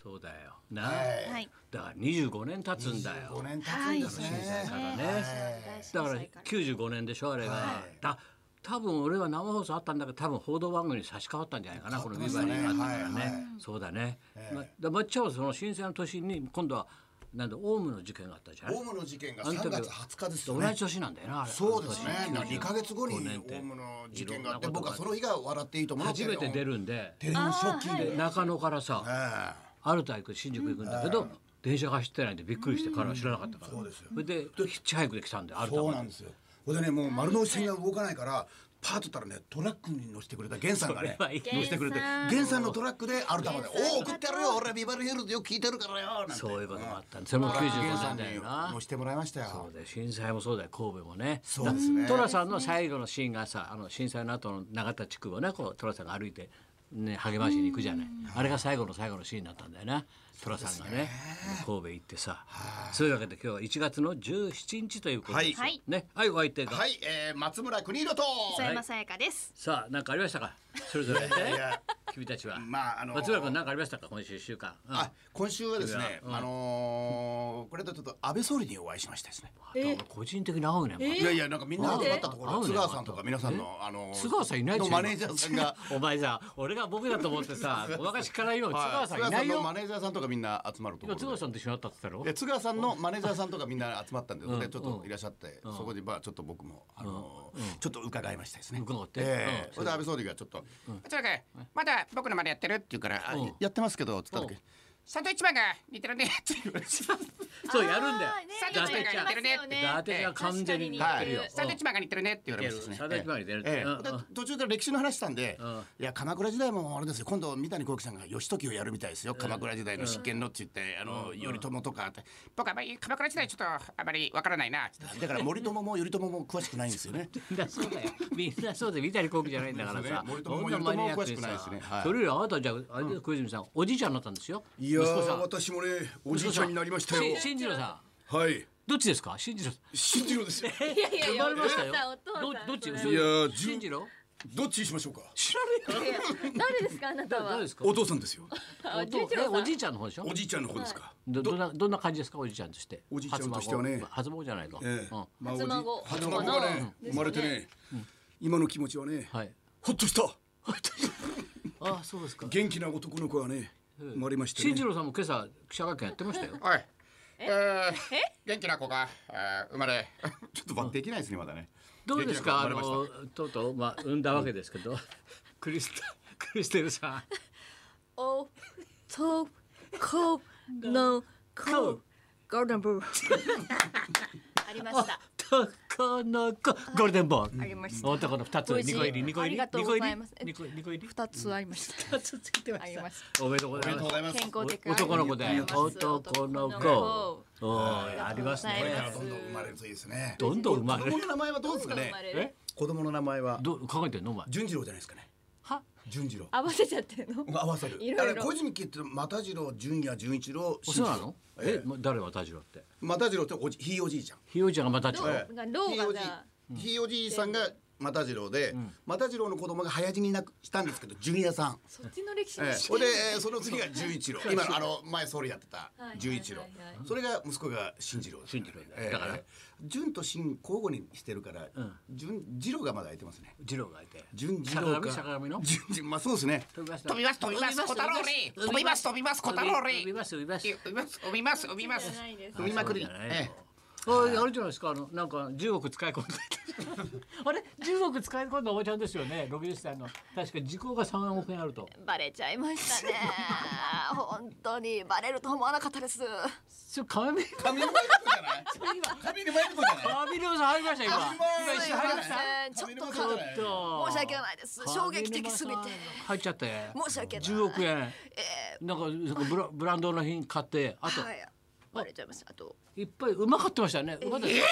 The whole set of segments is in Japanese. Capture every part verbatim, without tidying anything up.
そうだよな、 はい。 だからにじゅうごねん経つんだよ。 ごねん経つんです震災ね。 からね、だからきゅうじゅうごねんでしょあれが、 はいだ多分俺は生放送あったんだけど多分報道番組に差し替わったんじゃないかな、このビバリーがあったからね、 はいはいそうだね、まだまっちゃんはその震災の年に今度はなんだオウムの事件があったじゃない。 オウムの事件があの時さんがつはつかですよね。 同じ年なんだよなあれ。 そうですね。 あの年にかげつごにオごねんってウムの事件があって、 いろんなことが僕はその日が笑っていいと思う初めて出るんで、 電車ショッキング。 で中野からさ、 えアルタ行く新宿行くんだけど、電車が走ってないんでびっくりして彼は知らなかったから、 そうですよそれでヒッチハイクで来たんでアえルタまで。 そうなんですよ。これでね、もう丸の内線が動かないからパーッとったらね、トラックに乗せてくれた源さんがねそれはいい乗せてくれて、源さんのトラックでアルタまで「おお送ってやるよ、俺はビバリーヒルズよく聞いてるからよ」なんて、 そういうこともあったんで、それもきゅうじゅうごねんだよな乗。せてもらいましたよ。 そうで震災もそうだよ、神戸もね。 そうですね。 寅さんの最後のシーンがさ、あの震災の後の永田地区をね、こう寅さんが歩いてね励ましに行くじゃない。あれが最後の最後のシーンだったんだよな。寅さんがね神戸行ってさ。そういうわけで今日はいちがつのじゅうしちにちということですよはいね。はい、お相手が。 はい、えー、松村邦洋と。 磯山さやかです。 さあ何かありましたか。それぞれいや君たちは。 まああのー松村君何かありましたか今週いっしゅうかん。うんあ、今週はですね、 うんあのー、これとちょっと安倍総理にお会いしましたですね。 個人的に会うね。まだいやいや、なんかみんな集まったところ、 なんで津川さんとか皆さんのあのー津川さんいないでしょのマネージャーさんが。 お前さ、俺が僕だと思ってさ、ごまかしからよ、津はい川さんいないよ。 津川のマネージャーさんとかみんな集まるところで。 津川さんと一緒になったって言ったろ。 で津川さんのマネージャーさんとかみんな集まったんで、それでちょっうんといらっしゃって、そこでまあちょっと僕もあのーちょっと伺いましたですね。 伺ってうんええそれで安倍総理がちょっと「それでまだ僕のまでやってる?」って言うからあうん 「やってますけど」っつった時うん 「サンドイッチマンが似てるね」って言われて。 そうやるんだよあーね。 サンドイッチマンが似てるねって伊達が完全に似はいてるよ。 サンドイッチマンが似てるねって言われましたですね。 サンドイッチマンが似てるってええうんうんで途中から歴史の話したんでうん 「いや鎌倉時代もあれですよ、今度三谷幸喜さんが義時をやるみたいですよ、鎌倉時代の執権の」って言ってあの頼朝とかって「僕はあまり鎌倉時代ちょっとあまりわからないな」って言ってだから森友も頼朝も詳しくないんですよね。 みんなそうだよ。みんなそうで三谷幸喜じゃないんだからさ。 そうですね森友もこんなマニアック頼朝も詳しくないですねはいそれよりあなたじゃああれです小泉さんおじいちゃんになったんですよ。 いや息子さんー私もねおじいちゃんになりましたよ。 し新次郎さんはいどっちですか新次郎さん。 新次郎ですよ。 いやいやいや、 生まれましたよお父さんお父さんどどっちそれいやーじゅ新次郎どっちにしましょうか。 知らねえよ。 誰ですかあなたは。 誰ですか。 お父さんですよ。 お父十一郎さんえおじいちゃんの方でしょ。 おじいちゃんの方ですか。 どどんなどんな感じですかおじいちゃんとして。 おじいちゃんとしてはね初孫初孫じゃないの。 ええうんまあおじ初孫初孫がねうん生まれてね今の気持ちはねはい。 ほっとしたああそうですか。 元気な男の子がね生まれましたね。 新次郎さんも今朝記者会見やってましたよ。 おいえー元気な子がえー生まれちょっとまできないですねまだね。 どうですかあ元気な子が生まれまのとうとうまあ産んだわけですけどクリスタクリステルさん。 おとこのこゴールデンブー。ありました。 男の子ゴールデンボール。 ありました。 男の二つ美味しい二個入り二個入りありがとう二個入りございます二個二個入り二つありました。 二つつけてましありました。おめでとうございます。 おめでとうございます。 健康的男の子でありがとうございます男の子。 子おーありますありがとうございます。 ねどんどん生まれるといいですね。 どんどん生まれる子供の名前はどうですかね。 え子供の名前はどう考えてんのお前。 純次郎じゃないですかね。 は純次郎。 合わせちゃってるの。 合わせる。 いろいろあれ小泉家って又次郎、純也、純一郎、 おそうなの？えええま誰は田次郎って。 又次郎っておじひいおじいちゃん。 ひよいちゃんがまたちどうええがローがじゃあひいおじいさんが又次郎で、又次郎の子供が早死になくしたんですけど純也さん。 そっちの歴史ええ、 の知それでえーその次が純一郎今のあの前総理やってたはい純一郎はいはいはいそれが息子が新次郎です新次郎だだから純と新交互にしてるから純次郎がまだ空いてますね次郎がいて。 純次郎か坂上坂上の純純まあそうですね飛びます飛びます飛びます小太郎リ飛びます飛びます小太郎リ飛びます飛びます。 飛びます飛びます飛びますじゃないです飛びまくりそうじゃないえあれあれじゃないですかあのなんかじゅうおく使い込んであれじゅうおく使い込んだおばちゃんですよねろくじゅっさいの確か時効がさんおく円あるとバレちゃいましたね。本当にバレると思わなかったです。 それ髪上沼恵美子じゃない上沼恵美子じゃない髪のさん入りました今今一瞬入りましたちょっと上ちょっ沼さんじゃないと申し訳ないです。衝撃的すぎて。 入っちゃって申し訳ないじゅうおく円えなんかそこブラブランドの品買ってあとー、はい。バレちゃいました。あと。 いっぱいうまかってましたよね馬です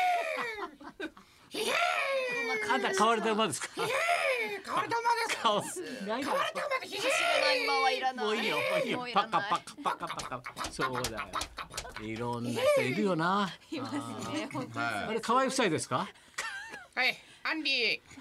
あんた買われた馬ですか変わり玉です買わないだろ走らない馬はいらない。 もういいよ、もういいよもう、いパらないカパカパカパカ。そうだよ。いろんな人いるよな。 いますね。本当に。 あれ、可愛い夫妻ですか。 はいアンディ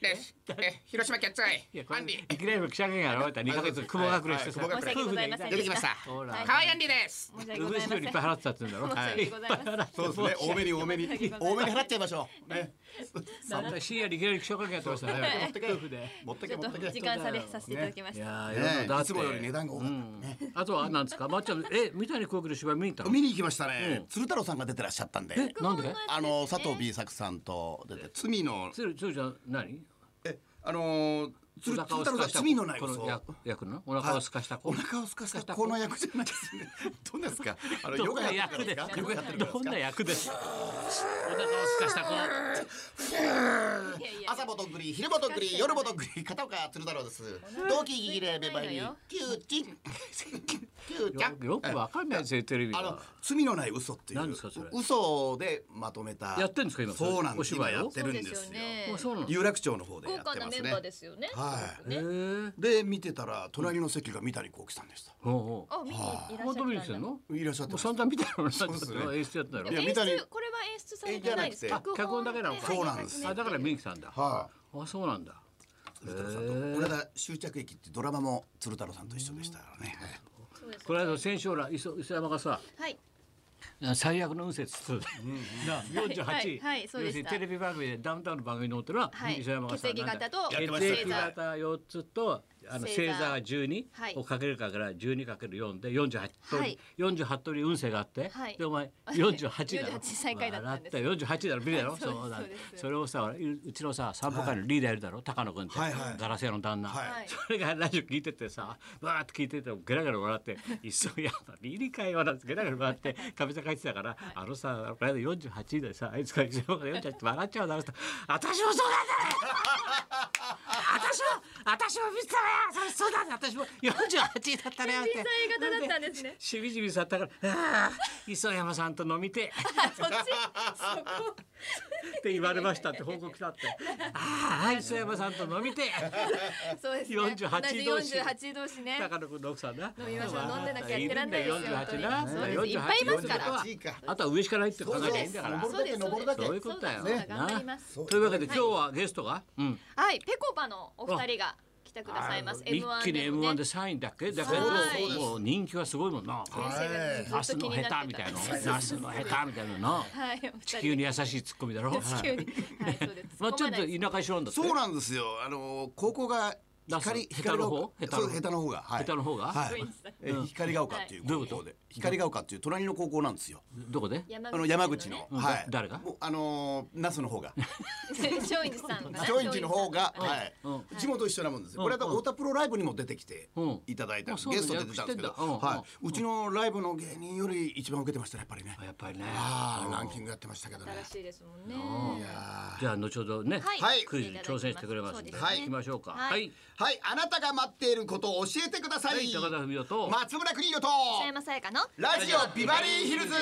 です。え、広島キャッツアイいやこれアンディ。 いきなり記者会見が現れたにかげつ雲隠れしてさ、 はいはい申し訳ございません出てきました。 ほら可愛いアンディです。 申し訳ございません。 ウグイス料理いっぱい払ってたって言うんだろ。 申し訳ございません。 そうですね。多めに多めに申し訳ございません多めに払っちゃいましょう。ね。 なんだ深夜にいきなり記者会見やってましたね。夫婦で。 持ってちょっとけ持ってけ。 時間差でさせていただきました。 いやーいろんなねだっていつもより値段が多かったね。 あとはなんですか、まっちゃん、え、三谷幸喜の芝居見に行ったの？ 見に行きましたね。鶴太郎さんが出てらっしゃったんで。 なんで？ あの佐藤 B 作さんと出て罪のつるつるちゃん何？ えあの鶴お腹を太郎さんすかした罪のない嘘この役役のお腹をすかした子。 お腹をすかしたこの役じゃないですね。どんなですか。あのどんなヨガやって役でるからですか。ヨガやってるからどんなです役です。お腹をすかした子。 いやいやか。朝もどんぐり昼もどんぐり夜もどんぐり片岡鶴太郎です。同期切れめばいにキューチキューちゃん。 よくわかんないですよテレビあのは。 罪のない嘘っていう何ですかそれ嘘でまとめたやってんですか今それそうなんですお芝居を今やってるんですよそうですよねあそうなの。 有楽町の方でや豪華なメンってますねバーですよね。 はいね。 へえ。 で見てたら隣の席が三谷幸喜さんでした。 ほうほう。 あ、見にいらっしゃったんだ。 本当見に来てんの？ いらっしゃってますもう散々見たのな。 そうですね演出やったんだろい。や演三谷出これは演出されてないです。 えじゃなくて脚本だけなのかそうなんですあだから見に来たんだ。 はあそうなんだ。 い鶴太郎さんとこの間終着駅ってドラマも鶴太郎さんと一緒でしたからね。 そうですねこの間先週ほら磯磯山がさはい。 最悪の運勢っつってなよんじゅうはち、 はいはいそうでした要するにテレビ番組でダウンタウンの番組に載ってるのは、 はい磯山がさ血液型となんだやってました血液型よっつとあの星座星座がじゅうにはいをかけるかからじゅうにかけるよんでよんじゅうはち通り、 はいよんじゅうはち通り運勢があって、 はいでお前よんじゅうはちだろよんじゅうはち最下位だったんです笑ったよよんじゅうはちだろビリだろそうですだそうですそれをさうちのさ散歩会のリーダーいるだろ高野君って、 はいはいガラス屋の旦那、 はいそれがラジオ聞いててさわーって聞いててゲラゲラ笑って「いっそやだリリ会話なんです」ゲラゲラ笑ってかみさん書いてたから、あのさこの間よんじゅうはちでさあいつがよんじゅうはちって笑っちゃうだろって私もそうなんだね私も私も見てたわよそれそうだね私もよんじゅうはちだったねって天才型だったんですね。 しみじみさったから「ああ磯山さんと飲みて」 そっちそこ。 って言われましたって報告来たって「ああ磯山さんと飲みて」 そうですね。 よんじゅうはち同じ同士よんじゅうはち同士ね。 高野君の奥さんな飲みましょう飲んでなきゃやってらんないですよよんじゅうはちな本当にそうですよんじゅうはちいっぱいいますからよんじゅうはちかあとは上しかないって考えていいんだからそうです登るだけそういうことだよそうだそうだ頑張りますなというわけで今日はゲストがうんはい、ぺこぱのお二人が来てくださいます。 一気に エムワン でねさんいだっけだけどはいもう人気はすごいもんな先ナスの生がずっと気にな下ってた手みたいなナスの下手みたいななはい、お二人地球に優しいツッコミだろ地球に。はい、そうです。 まあちょっと突っ込まない田舎一緒なんだってそうなんですよ。あの高校がナス光下手の方光がそう下手の方がはい下手の方がはいごめんなさいえ光が丘っていうどういうこと高校で光が丘っていう隣の高校なんですよ。 どこで山あの山口のねうんはい誰がもうあの那須の方が松陰寺さんが。 松陰寺の方がはいうん地元一緒なもんですよ。 うんこれだ太田プロライブにも出てきてうんいただいたあそうなんだゲストで出たんですけど知ってんだうんはいうちのライブの芸人より一番受けてましたねやっぱりね。 やっぱりねああランキングやってましたけどね。 新しいですもんね。 いやじゃあ後ほどねはいクイズに挑戦してくれますんでそうですね行きましょうかはいはいーはいあなたが待っていることを教えてくださはいい。 高田文夫と松村邦洋と北山さやかの。 ラジオビバリーヒルズ。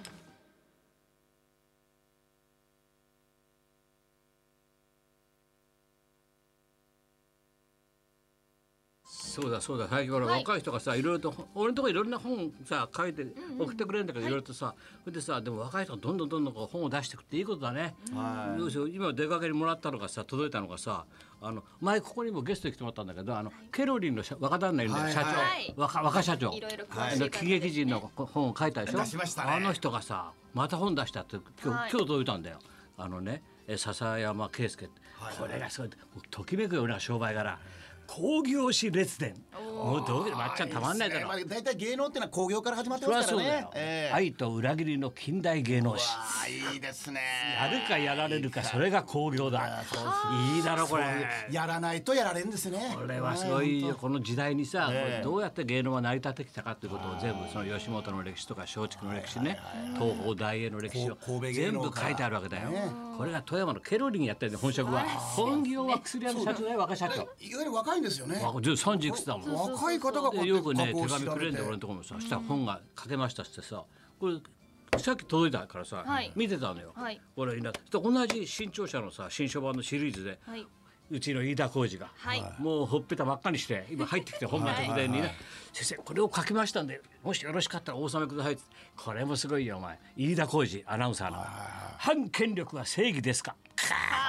そうだそうだ最近ほらはい若い人がさいろいろと俺のとこいろんな本さ書いて送ってくれるんだけどいろいろとさそれでさでも若い人がどんどんどんどんこう本を出してくっていいことだね。要するに今出かけにもらったのがさ届いたのがさあの前ここにもゲストに来てもらったんだけどあのケロリンの社若旦那いるんだよ社はいはい長若若社長いろいろあの詳しい方喜劇人の本を書いたでしょ出しましたねあの人がさまた本出したって今はい日今日届いたんだよあのねえ笹山圭介ってこれがすごいもうときめくような商売柄工業史列伝もうどうまっちゃんたまんないだろまあ大体芸能ってのは工業から始まってそりますからねゃそうだよ。 ええ愛と裏切りの近代芸能史あーいいですね。 やるかやられるかそれが興行だいいだろこれやらないとやられんですね。 これはすごいよこの時代にさ、 ええこれどうやって芸能は成り立ってきたかということを全部その吉本の歴史とか松竹の歴史ね東宝大英の歴史をこう神戸芸全能から部書いてあるわけだよ、 ねこれが富山のケロリンやってるんで本職は本業は薬屋の社長だよ若社長意外に若いんですよね。 さんじゅういくつだもん若い方がこうやってでよくね加工手紙くれんで調べて俺のところもさしたら本が書けましたってさこれさっき届いたからさ、 はい見てたのよ、 はいこれいな同じ新潮社のさ新書版のシリーズで、 はい。 うちの飯田浩二が、 はい。 もうほっぺたばっかりして今入ってきて本番直前にね「先生これを書きましたんでもしよろしかったらお納めください」ってこれもすごいよお前飯田浩二アナウンサーの「反権力は正義ですか」かー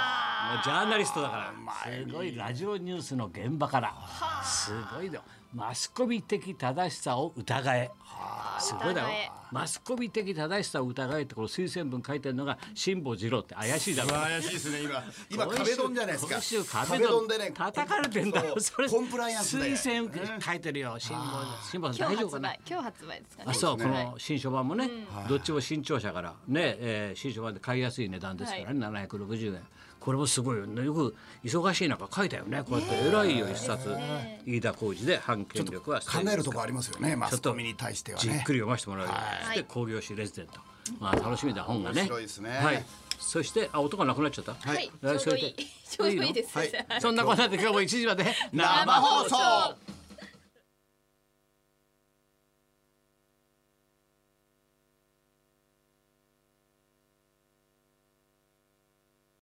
もうジャーナリストだから前にすごいラジオニュースの現場からすごいだよマスコミ的正しさを疑えすごいだろ疑えマスコミ的正しさを疑えってこの推薦文書いてるのが辛坊治郎って怪しいだろ怪しいですね今今今週壁ドンじゃないですか今週壁ドンでね叩かれてんだよそれコンプライアンスで推薦書いてるよ辛坊辛坊さん今日発大丈夫かな売今日発売ですかねあそう、 ねこの新書版もね、どっちも新潮社からね、えー、新書版で買いやすい値段ですからね、ななひゃくろくじゅうえんこれもすごいよねよく忙しい中書いたよねこうやって偉いよ一冊飯田浩司で反権力は考えるとこありますよねマスコミに対してはねじっくり読ませてもらうよ、そして工業誌レジデント、まあ楽しみだ本がね面白いですねはいそしてあ音がなくなっちゃったはいえーちょうどいいそれでちょうどいいですはい先生そんなことで今日もいちじまで生放送